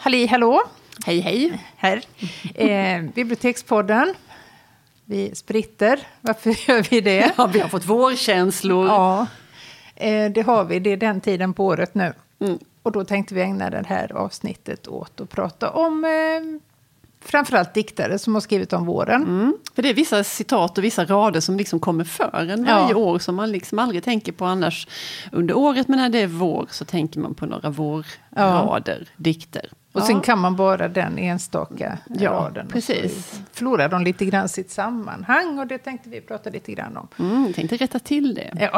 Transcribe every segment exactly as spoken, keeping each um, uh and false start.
Halli, hallå. Hej, hej. Här. Eh, Bibliotekspodden. Vi spritter. Varför gör vi det? Ja, vi har fått vårkänslor. Ja, eh, det har vi. Det är den tiden på året nu. Mm. Och då tänkte vi ägna det här avsnittet åt att prata om eh, framförallt diktare som har skrivit om våren. Mm. För det är vissa citat och vissa rader som liksom kommer för en varje Ja. år som man liksom aldrig tänker på annars under året. Men när det är vår så tänker man på några vårrader, ja. dikter. Och ja. sen kan man bara den enstaka ja, raden. Precis. Och så förlorar de lite grann sitt sammanhang och det tänkte vi prata lite grann om. Mm, jag tänkte rätta till det. Ja.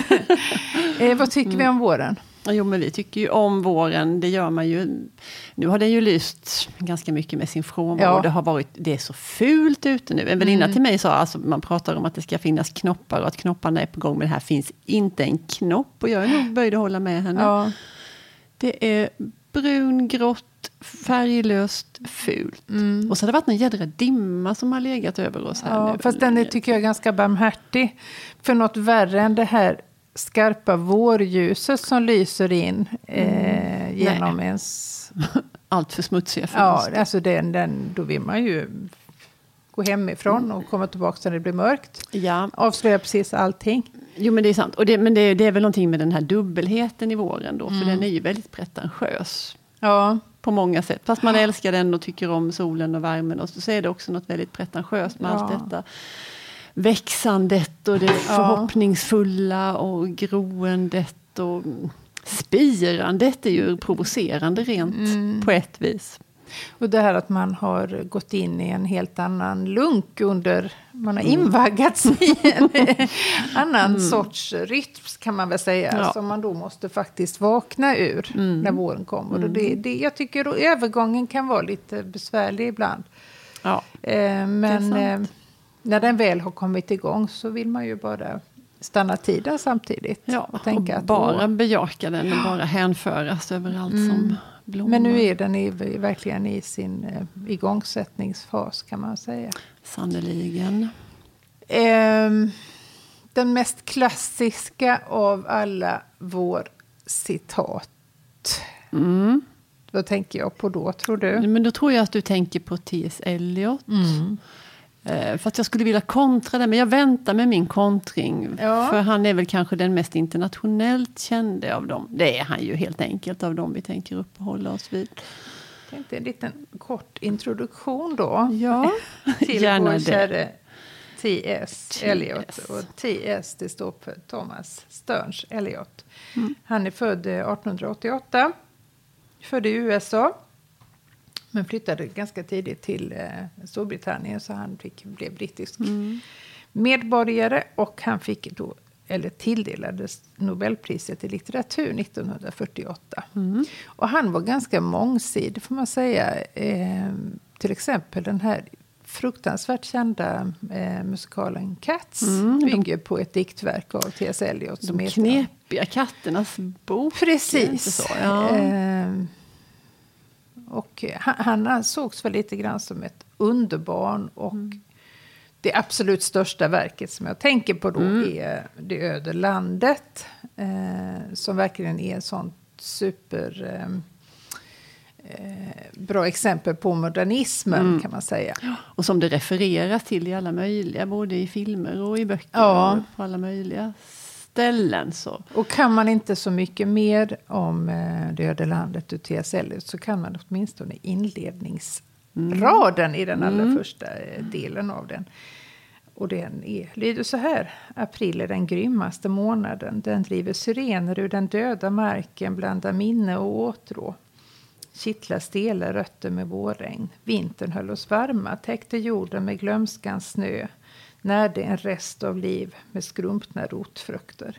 eh, vad tycker mm. vi om våren? Jo, men vi tycker ju om våren, det gör man ju. Nu har det ju lyst ganska mycket med sin frånvaro. Ja. Det har varit, det är så fult ute nu. En väninna mm. till mig sa, alltså man pratar om att det ska finnas knoppar och att knopparna är på gång, men det här finns inte en knopp. Och jag är nog böjd att hålla med henne. Ja. Det är brun, grått, färglöst, fult. Mm. Och så har det varit en jädra dimma som har legat över oss här ja, nu. fast den är, tycker jag är ganska barmhärtig. För något värre än det här skarpa vårljuset som lyser in eh, mm. genom Nej. ens... Allt för smutsiga fönster. Ja, alltså den, den, då vill man ju gå hemifrån mm. och komma tillbaka när det blir mörkt. Ja. Avslöja precis allting. Jo, men det är sant. Och det, men det, det är väl någonting med den här dubbelheten i våren då. För mm. den är ju väldigt pretentiös. Ja. På många sätt. Fast man älskar den och tycker om solen och värmen. Och så är det också något väldigt pretentiöst med ja. allt detta. Växandet och det ja. förhoppningsfulla och groendet och spirandet är ju provocerande rent mm. på ett vis. Och det här att man har gått in i en helt annan lunk under, man har invaggats i en annan mm. sorts rytm kan man väl säga, ja. som man då måste faktiskt vakna ur mm. när våren kommer. Mm. Och det, det, jag tycker då övergången kan vara lite besvärlig ibland. Ja. Eh, men eh, när den väl har kommit igång så vill man ju bara stanna tiden samtidigt. Ja, och tänka och att bara då, bejaka den och bara hänföras över allt mm. som blommar. Men nu är den i, verkligen i sin eh, igångsättningsfas kan man säga. Sannoliken. Eh, den mest klassiska av alla vår citat. Mm. Vad tänker jag på då, tror du? Men då tror jag att du tänker på T S Eliot. Mm. Eh, för att jag skulle vilja kontra det, men jag väntar med min kontring. Ja. För han är väl kanske den mest internationellt kände av dem. Det är han ju helt enkelt av dem vi tänker uppehålla oss vid. Jag tänkte en liten kort introduktion då. Ja, till gärna vår det. kära T S Eliot. Och T S det står för Thomas Stearns Eliot. Mm. Han är född arton åttioåtta. Född i U S A. Men flyttade ganska tidigt till eh, Storbritannien så han fick, blev brittisk mm. medborgare. Och han fick då, eller tilldelades Nobelpriset i litteratur nittonhundrafyrtioåtta. Mm. Och han var ganska mångsidig får man säga. Eh, till exempel den här fruktansvärt kända eh, musikalen Cats mm, bygger de, på ett diktverk av T S Eliot. Som de knepiga katternas bok. Precis. Så, ja. Eh, och han, han sågs väl lite grann som ett underbarn och mm. det absolut största verket som jag tänker på då mm. är Det öde landet eh, som verkligen är ett sånt super eh, eh, bra exempel på modernismen mm. kan man säga. Och som det refereras till i alla möjliga, både i filmer och i böcker ja. och på alla möjliga ställen. Så. Och kan man inte så mycket mer om eh, Det öde landet och T S Eliot så kan man åtminstone inledningsraden mm. i den allra mm. första eh, delen av den. Och den är, lyder så här. April är den grymmaste månaden. Den driver syrener ur den döda marken, blandar minne och åtrå. Kittlar stela rötter med vårregn. Vintern höll oss varma, täckte jorden med glömskans snö. Närde en rest av liv med skrumpna rotfrukter.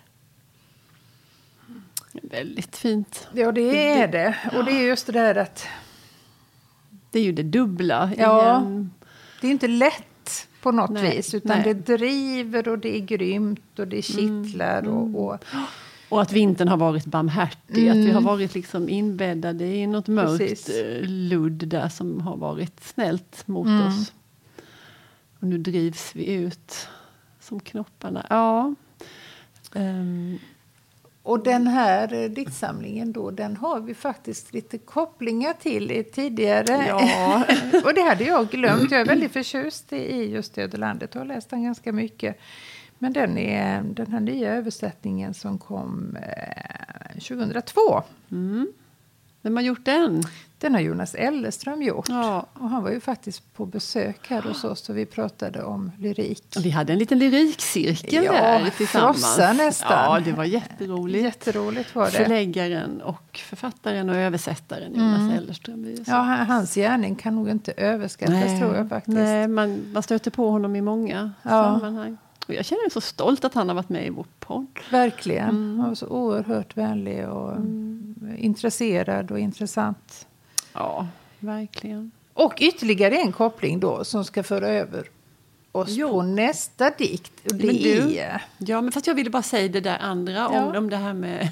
Väldigt fint. Ja, det är det. Och det är just det där att... Det är ju det dubbla. Ja, igen. Det är inte lätt på något nej, vis. Utan nej. det driver och det är grymt och det kittlar. Mm, och, och, och att vintern har varit barmhärtig. Mm. Att vi har varit liksom inbäddade i något mörkt Precis. ludd där som har varit snällt mot mm. oss. Och nu drivs vi ut som knopparna. Ja. Um. Och den här diktsamlingen då, den har vi faktiskt lite kopplingar till tidigare. Ja. Och det hade jag glömt. Jag är väldigt förtjust i just Ödelandet och har läst den ganska mycket. Men den är den här nya översättningen som kom eh, tjugohundratvå. Mm. Vem har gjort den? Den har Jonas Elleström gjort. Ja. Och han var ju faktiskt på besök här hos oss och vi pratade om lyrik. Vi hade en liten lyrikcirkel ja, där tillsammans. Frossa nästan. Ja, det var jätteroligt. Jätteroligt var det. Förläggaren och författaren och översättaren Jonas mm. Elleström. Ja, hans gärning kan nog inte överskattas nej, tror jag faktiskt. Nej, man, man stöter på honom i många ja. sammanhang. Och jag känner mig så stolt att han har varit med i vår podd. Verkligen. Mm. Han var så oerhört vänlig och mm. intresserad och intressant. Ja, verkligen. Och ytterligare en koppling då som ska föra över oss jo. på nästa dikt. Och det men du, är... Ja, men fast jag ville bara säga det där andra ja. om, om det här med,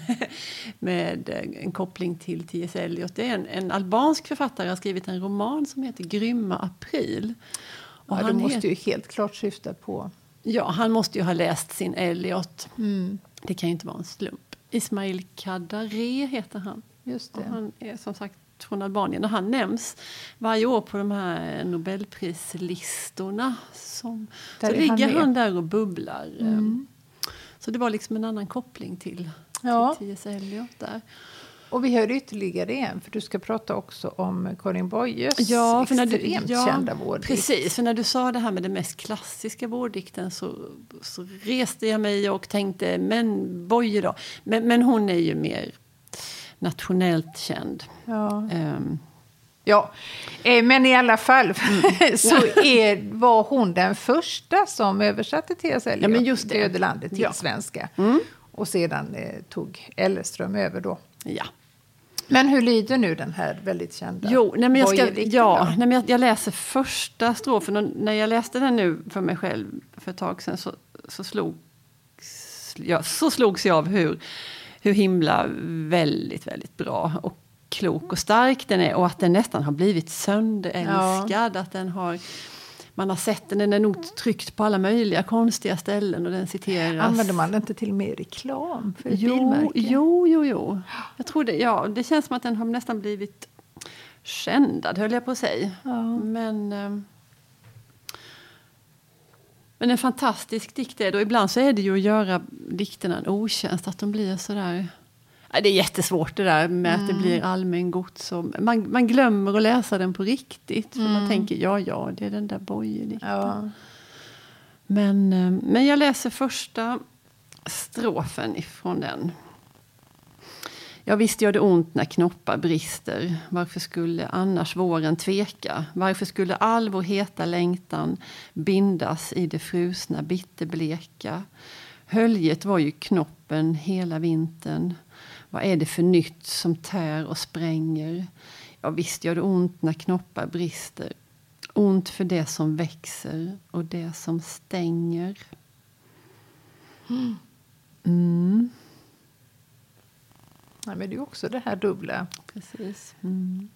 med en koppling till T S Eliot. Det är en, en albansk författare som har skrivit en roman som heter Grymma april. Och ja, han det måste heter... ju helt klart syfta på... Ja, han måste ju ha läst sin Eliot. Mm. Det kan ju inte vara en slump. Ismail Kadare heter han. Just det. Och han är som sagt från Albanien. Och han nämns varje år på de här Nobelprislistorna. Som, så ligger han, han där och bubblar. Mm. Så det var liksom en annan koppling till, ja. till T S Eliot där. Och vi hör ytterligare en, för du ska prata också om Karin Boyes ja, för när du, extremt ja, kända vårdikt. Precis, för när du sa det här med den mest klassiska vårdikten så, så reste jag mig och tänkte, men Boye då? Men, men hon är ju mer nationellt känd. Ja. Um. Ja, men i alla fall mm. så är, var hon den första som översatte T S Eliot, ja, men just det. Ödelandet till ja. svenska. Mm. Och sedan eh, tog Elleström över då. Ja. Men hur lyder nu den här väldigt kända jo, nej, men jag, ska, ja, nej, men jag, jag läser första strofen. Och när jag läste den nu för mig själv för ett tag sedan så, så, slog, ja, så slogs jag av hur, hur himla väldigt, väldigt bra och klok och stark den är. Och att den nästan har blivit sönderälskad. Ja. Att den har... Man har sett den, den är nog tryckt på alla möjliga konstiga ställen och den citeras. Använder man den inte till mer reklam för ett jo, bilmärke? Jo, jo, jo. Jag tror det, ja, det känns som att den har nästan blivit kändad, höll jag på att säga. Ja. Men, men en fantastisk dikt är det. Och ibland så är det ju att göra dikterna en otjänst, att de blir så där... Det är jättesvårt det där med mm. att det blir allmän gods. Man, man glömmer att läsa den på riktigt. För mm. man tänker, ja, ja, det är den där Boye-dikten. Ja. Men, men jag läser första strofen ifrån den. Ja, visst gör det ont när knoppar brister. Varför skulle annars våren tveka? Varför skulle all vår heta längtan bindas i det frusna bitterbleka? Höljet var ju knoppen hela vintern. Vad är det för nytt som tär och spränger? Ja, visst gör det ont när knoppar brister. Ont för det som växer och det som stänger. Mm. Mm. Ja, men det är också det här dubbla. Precis. Mm.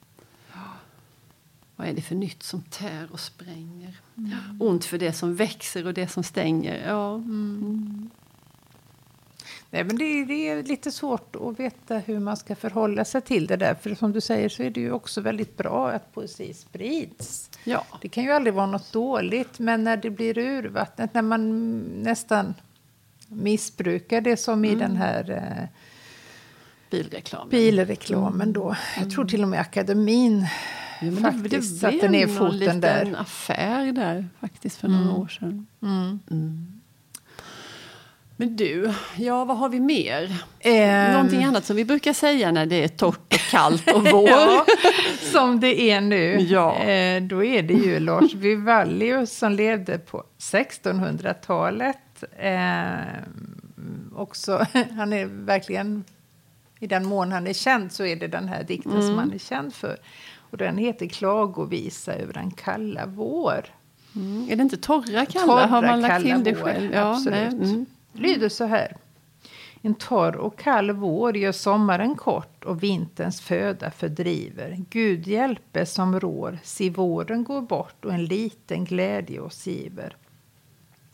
Vad är det för nytt som tär och spränger? Mm. Ont för det som växer och det som stänger. Ja. Mm. Mm. Nej, men det, det är lite svårt att veta hur man ska förhålla sig till det där. För som du säger så är det ju också väldigt bra att poesi sprids. Ja. Det kan ju aldrig vara något dåligt. Men när det blir urvattnet, när man nästan missbrukar det som i mm. den här eh, bilreklamen. bilreklamen då. Jag mm. tror till och med akademin ja, faktiskt satte ner foten där. Det blev en affär där faktiskt för några mm. år sedan. Mm. Mm. Men du, ja, vad har vi mer? Um, Någonting annat som vi brukar säga när det är torrt och kallt och vår. Ja, som det är nu. Ja. Eh, då är det ju Lars Vivallius som levde på sextonhundratalet. Eh, också, han är verkligen, i den mån han är känd så är det den här dikten mm. som han är känd för. Och den heter Klagovisa över en kalla vår. Mm. Är det inte torra kalla? Torra, har man lagt kalla till det vår, själv? Ja, absolut. Mm. Lyder så här. En torr och kall vår gör sommaren kort och vinterns föda fördriver. Gud hjälpe som rår, se våren går bort och en liten glädje oss giver.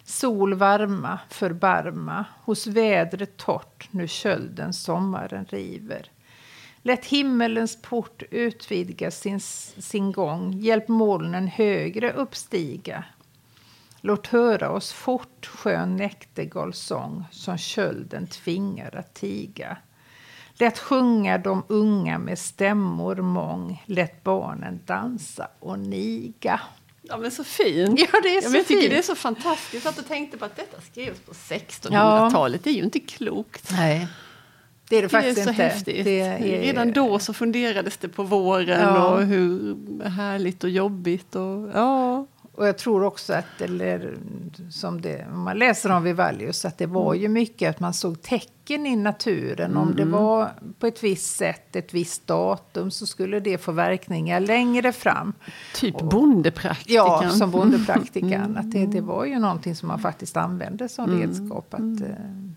Sol varma, förbarma, hos vädret torrt, nu kölden sommaren river. Lät himmelens port utvidga sin, sin gång, hjälp molnen högre uppstiga. Låt höra oss fort skön näktergalsång, som kölden tvingar att tiga. Lät sjunga de unga med stämmor mång, lät barnen dansa och niga. Ja, men så fint. Ja, det är så ja, jag tycker fint. det är så fantastiskt att du tänkte på att detta skrevs på sextonhundratalet. Ja. Det är ju inte klokt. Nej, det är det, det faktiskt är så inte. Häftigt. Det är... Redan då så funderades det på våren ja. och hur härligt och jobbigt. Och, ja. och jag tror också att, eller som det, om man läser om Vivaldius, att det var ju mycket att man såg tecken i naturen. Mm. Om det var på ett visst sätt, ett visst datum, så skulle det få verkningar längre fram. Typ och, bondepraktikan. Ja, som bondepraktikan. Mm. Att det, det var ju någonting som man faktiskt använde som mm. redskap. Att, mm.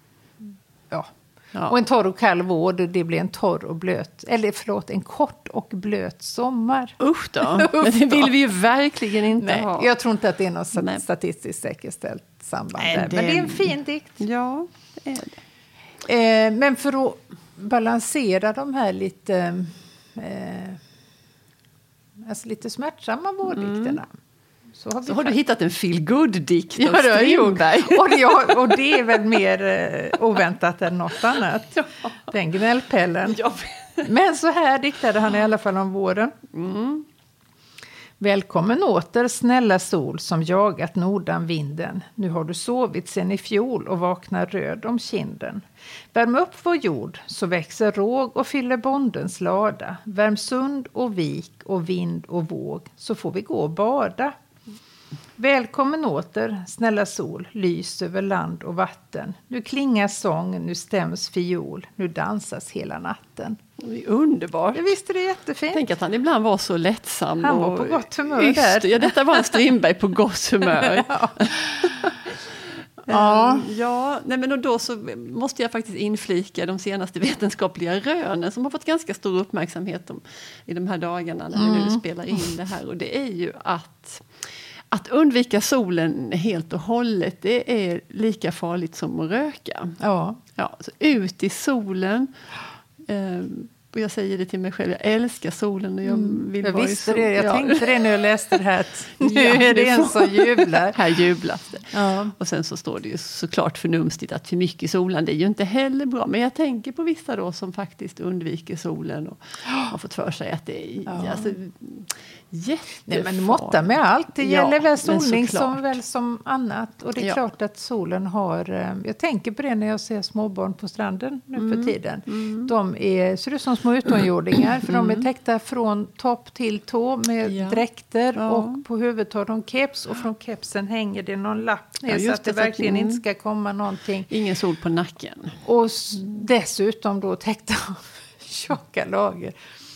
ja. Ja. Och en torr och kall vår, det blir en torr och blöt, eller förlåt, en kort och blöt sommar. Usch då, men det vill vi ju verkligen inte Nej, ha. Jag tror inte att det är något Nej. statistiskt säkerställt samband Nej, där. det... Men det är en fin dikt. Ja, det är det. Eh, men för att balansera de här lite, eh, alltså lite smärtsamma vårdikterna. Mm. Så har, så har du hittat en feel-good-dikt ja, av Strindberg. och, det, och det är väl mer eh, oväntat än något annat. Ja. Den gnällpellen. Ja. Men så här diktade han i alla fall om våren. Mm. Välkommen åter, snälla sol som jagat nordanvinden. Nu har du sovit sen i fjol och vaknar röd om kinden. Värm upp vår jord så växer råg och fyller bondens lada. Värm sund och vik och vind och våg så får vi gå och bada. Välkommen åter, snälla sol, lys över land och vatten. Nu klingar sång, nu stäms fiol, nu dansas hela natten. Det är underbart. Jag visste det är jättefint. Tänk att han ibland var så lättsam. Han och var på gott humör yster. där. Ja, detta var en Strindberg på gott humör. ja. Ja, ja nej men och då så måste jag faktiskt inflika de senaste vetenskapliga rönen som har fått ganska stor uppmärksamhet om, i de här dagarna när mm. vi nu spelar in det här. Och det är ju att, att undvika solen helt och hållet, det är lika farligt som att röka. Ja. Ja, så ut i solen. Eh, Och jag säger det till mig själv, jag älskar solen och jag vill jag vara visste i sol. det, jag ja. tänkte det när jag läste det här. Att nu ja, är det en som jublar. Här jublas det. Ja. Och sen så står det ju såklart förnumstigt att för mycket solen, det är ju inte heller bra. Men jag tänker på vissa då som faktiskt undviker solen och har fått för sig att det är ja. alltså, jättefarligt. Nej, men måtta med allt. Det gäller ja, väl solning som väl som annat. Och det är ja. klart att solen har... Jag tänker på det när jag ser småbarn på stranden nu mm. för tiden. Mm. De är, ser ut som små utomjordingar. För mm. de är täckta från topp till tå med ja. dräkter. Ja. Och på huvudet har de keps. Och från kepsen hänger det någon lapp ner. Ja, så att det, det verkligen mm. inte ska komma någonting. Ingen sol på nacken. Och dessutom då täckta av tjocka lager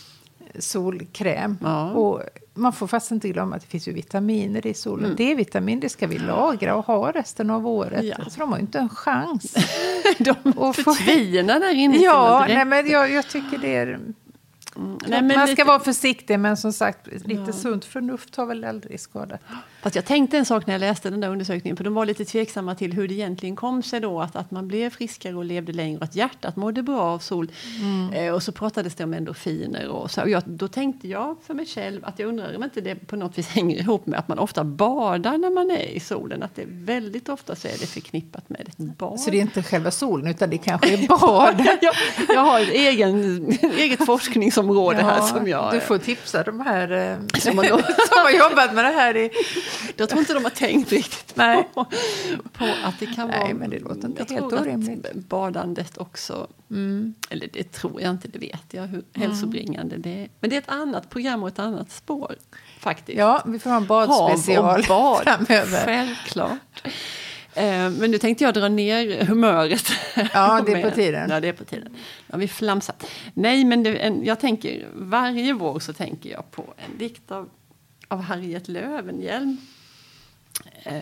solkräm. Ja. Och man får fast inte glömma att det finns ju vitaminer i solen. Mm. D-vitamin, det ska vi lagra och ha resten av året. Ja. Så de har ju inte en chans. de förtvinar där inne. Ja, nej, men jag, jag tycker det är... Mm. Nej, men man ska lite... vara försiktig, men som sagt, lite ja. sunt förnuft har väl aldrig skadat. Fast jag tänkte en sak när jag läste den där undersökningen, för de var lite tveksamma till hur det egentligen kom sig då, att, att man blev friskare och levde längre och att hjärtat mådde bra av sol. Mm. Eh, och så pratades det om endorfiner och så. Och jag, då tänkte jag för mig själv att jag undrar om inte det på något vis hänger ihop med att man ofta badar när man är i solen. Att det väldigt ofta så är det förknippat med ett bad. Så det är inte själva solen utan det kanske är bad? jag, jag har ett egen, eget forskningsområde ja, här som jag... Du får tipsa de här eh, som, har, som har jobbat med det här i... Jag tror inte de har tänkt riktigt Nej. På, på att det kan Nej, vara... men det låter inte jag helt tror orimligt. Att badandet också... Mm. Eller det tror jag inte, det vet jag hur mm. hälsobringande det är. Men det är ett annat program och ett annat spår faktiskt. Ja, vi får ha en badspecial Hav och bad, framöver. Självklart. Eh, men nu tänkte jag dra ner humöret. Ja, det är på tiden. Ja, det är på tiden. Ja, vi flamsat. Nej, men det, en, jag tänker, varje vår så tänker jag på en dikt av, av Harriet Löwenhjelm. Eh,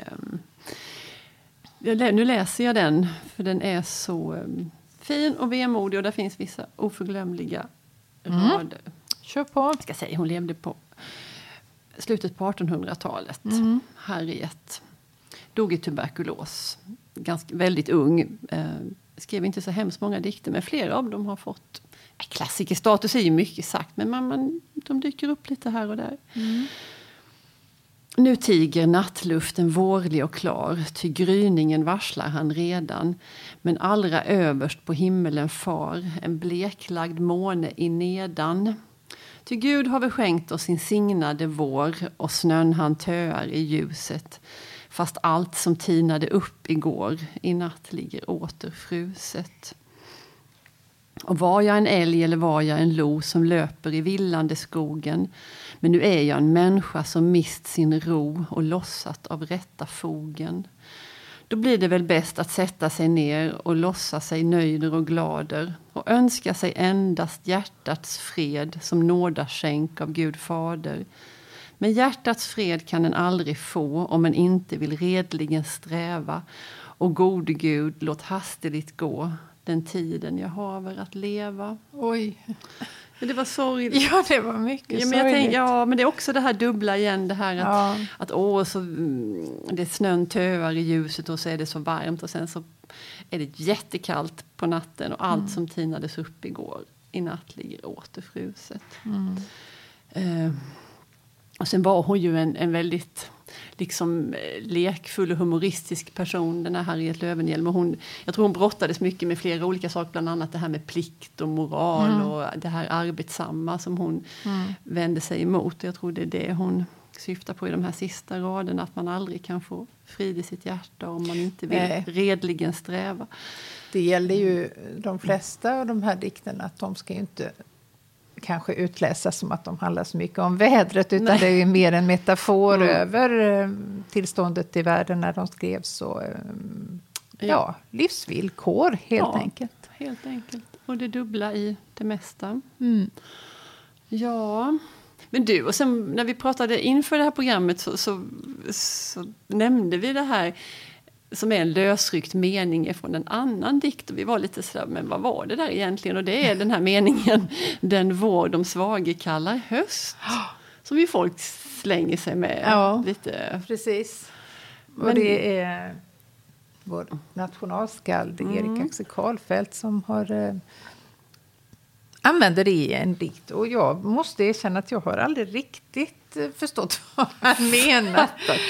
nu läser jag den, för den är så um, fin och vemodig och där finns vissa oförglömliga mm. rader. Kör på. Jag ska säga, hon levde på slutet på artonhundratalet. Mm. Harriet. dog i tuberkulos. Ganska, väldigt ung. Eh, skrev inte så hemskt många dikter, men flera av dem har fått eh, klassikerstatus är ju mycket sagt, men man, man, de dyker upp lite här och där. Mm. Nu tiger nattluften vårlig och klar, ty gryningen varslar han redan. Men allra överst på himmelen far en bleklagd måne i nedan. Ty Gud har skänkt oss sin signade vår och snön han töar i ljuset. Fast allt som tinade upp igår i natt ligger åter fruset. Och var jag en älg eller var jag en lo som löper i villande skogen. Men nu är jag en människa som mist sin ro och lossat av rätta fogen. Då blir det väl bäst att sätta sig ner och lossa sig nöjder och glader. Och önska sig endast hjärtats fred som nådaskänk av Gud fader. Men hjärtats fred kan en aldrig få om en inte vill redligen sträva. Och gode Gud, låt hasteligt gå den tiden jag haver att leva. Oj. Men det var sorgligt. Ja, det var mycket ja, men jag sorgligt. tänk, ja, men det är också det här dubbla igen. Det här att, ja. att åh, så, det är snön töar i ljuset och så är det så varmt. Och sen så är det jättekallt på natten. Och allt mm. som tinades upp igår i natt ligger återfruset. Mm. Uh, och sen var hon ju en, en väldigt liksom lekfull och humoristisk person, den här Harriet Löwenhjelm. Och hon, jag tror hon brottades mycket med flera olika saker, bland annat det här med plikt och moral mm. och det här arbetsamma som hon mm. vände sig emot. Jag tror det är det hon syftar på i de här sista raderna, att man aldrig kan få frid i sitt hjärta om man inte vill Nej. redligen sträva. Det gäller ju de flesta av de här dikterna, att de ska ju inte kanske utläsas som att de handlar så mycket om vädret, utan Nej. det är mer en metafor mm. över tillståndet i världen när de skrevs. Så, ja, ja, livsvillkor helt ja, enkelt. helt enkelt. Och det dubbla i det mesta. Mm. Ja, men du, och sen när vi pratade inför det här programmet så, så, så nämnde vi det här som är en lösryckt mening från en annan dikt. Och vi var lite sådär, men vad var det där egentligen? Och det är den här meningen, den vår de svage kallar höst. Som ju folk slänger sig med. Ja, lite. Precis. Och men, det är vår nationalskald mm. Erik Axel Karlfeldt som har eh, använder det i en dikt. Och jag måste erkänna att jag har aldrig riktigt förstått vad han menar.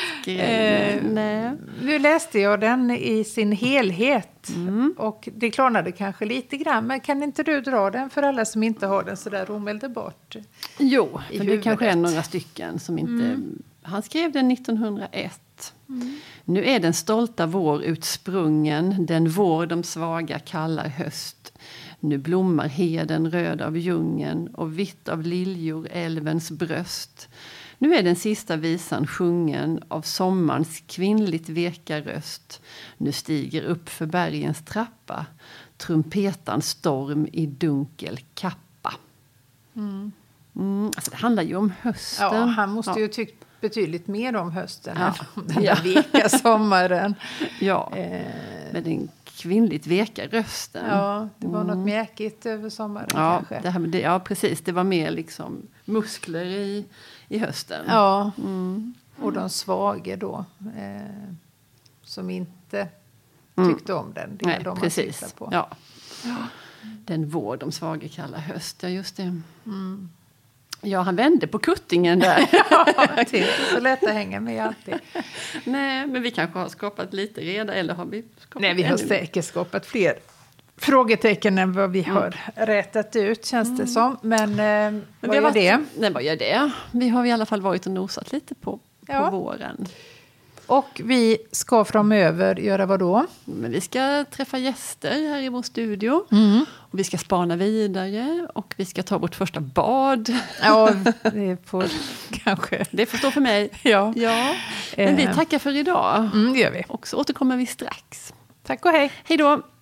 eh, Nej. Nu läste jag den i sin helhet. Mm. Och det klarnade kanske lite grann. Men kan inte du dra den för alla som inte har den så där omedelbart? Jo, för det kanske är några stycken som inte... Mm. Han skrev den nittonhundraett. Mm. Nu är den stolta vår utsprungen, den vår de svaga kallar höst. Nu blommar heden röd av djungeln och vitt av liljor älvens bröst. Nu är den sista visan sjungen av sommarns kvinnligt veka röst. Nu stiger upp för bergens trappa trumpetans storm i dunkel kappa. Mm. Mm, alltså det handlar ju om hösten. Ja, han måste ja. ju tyckt betydligt mer om hösten ja. än om den ja. veka sommaren. Ja, eh. med den kvinnligt veka rösten. Ja, det var mm. något mjäkigt över sommaren ja, kanske. Det här, det, ja, precis. Det var mer liksom muskler i, i hösten. Ja, mm. och de svaga då. Eh, som inte mm. tyckte om den. Det Nej, de precis. På. Ja. Ja. Den vår de svaga kallar höst. Ja, just det. Mm. Ja, han vände på kuttingen där. Ja, det är inte så lätt att hänga med alltid. Nej, men vi kanske har skapat lite reda, eller har vi skapat Nej, vi har ännu? säkert skapat fler frågetecken än vad vi mm. har rätat ut, känns det mm. som. Men, eh, men vad gör varit, det? Nej, vad gör det? Vi har i alla fall varit och nosat lite på, ja. på våren. Och vi ska framöver göra vad då? Men vi ska träffa gäster här i vår studio. Mm. Och vi ska spana vidare. Och vi ska ta vårt första bad. Ja, det får kanske... Det får stå för mig. Ja. ja. Men vi tackar för idag. Mm, det gör vi. Och så återkommer vi strax. Tack och hej. Hej då.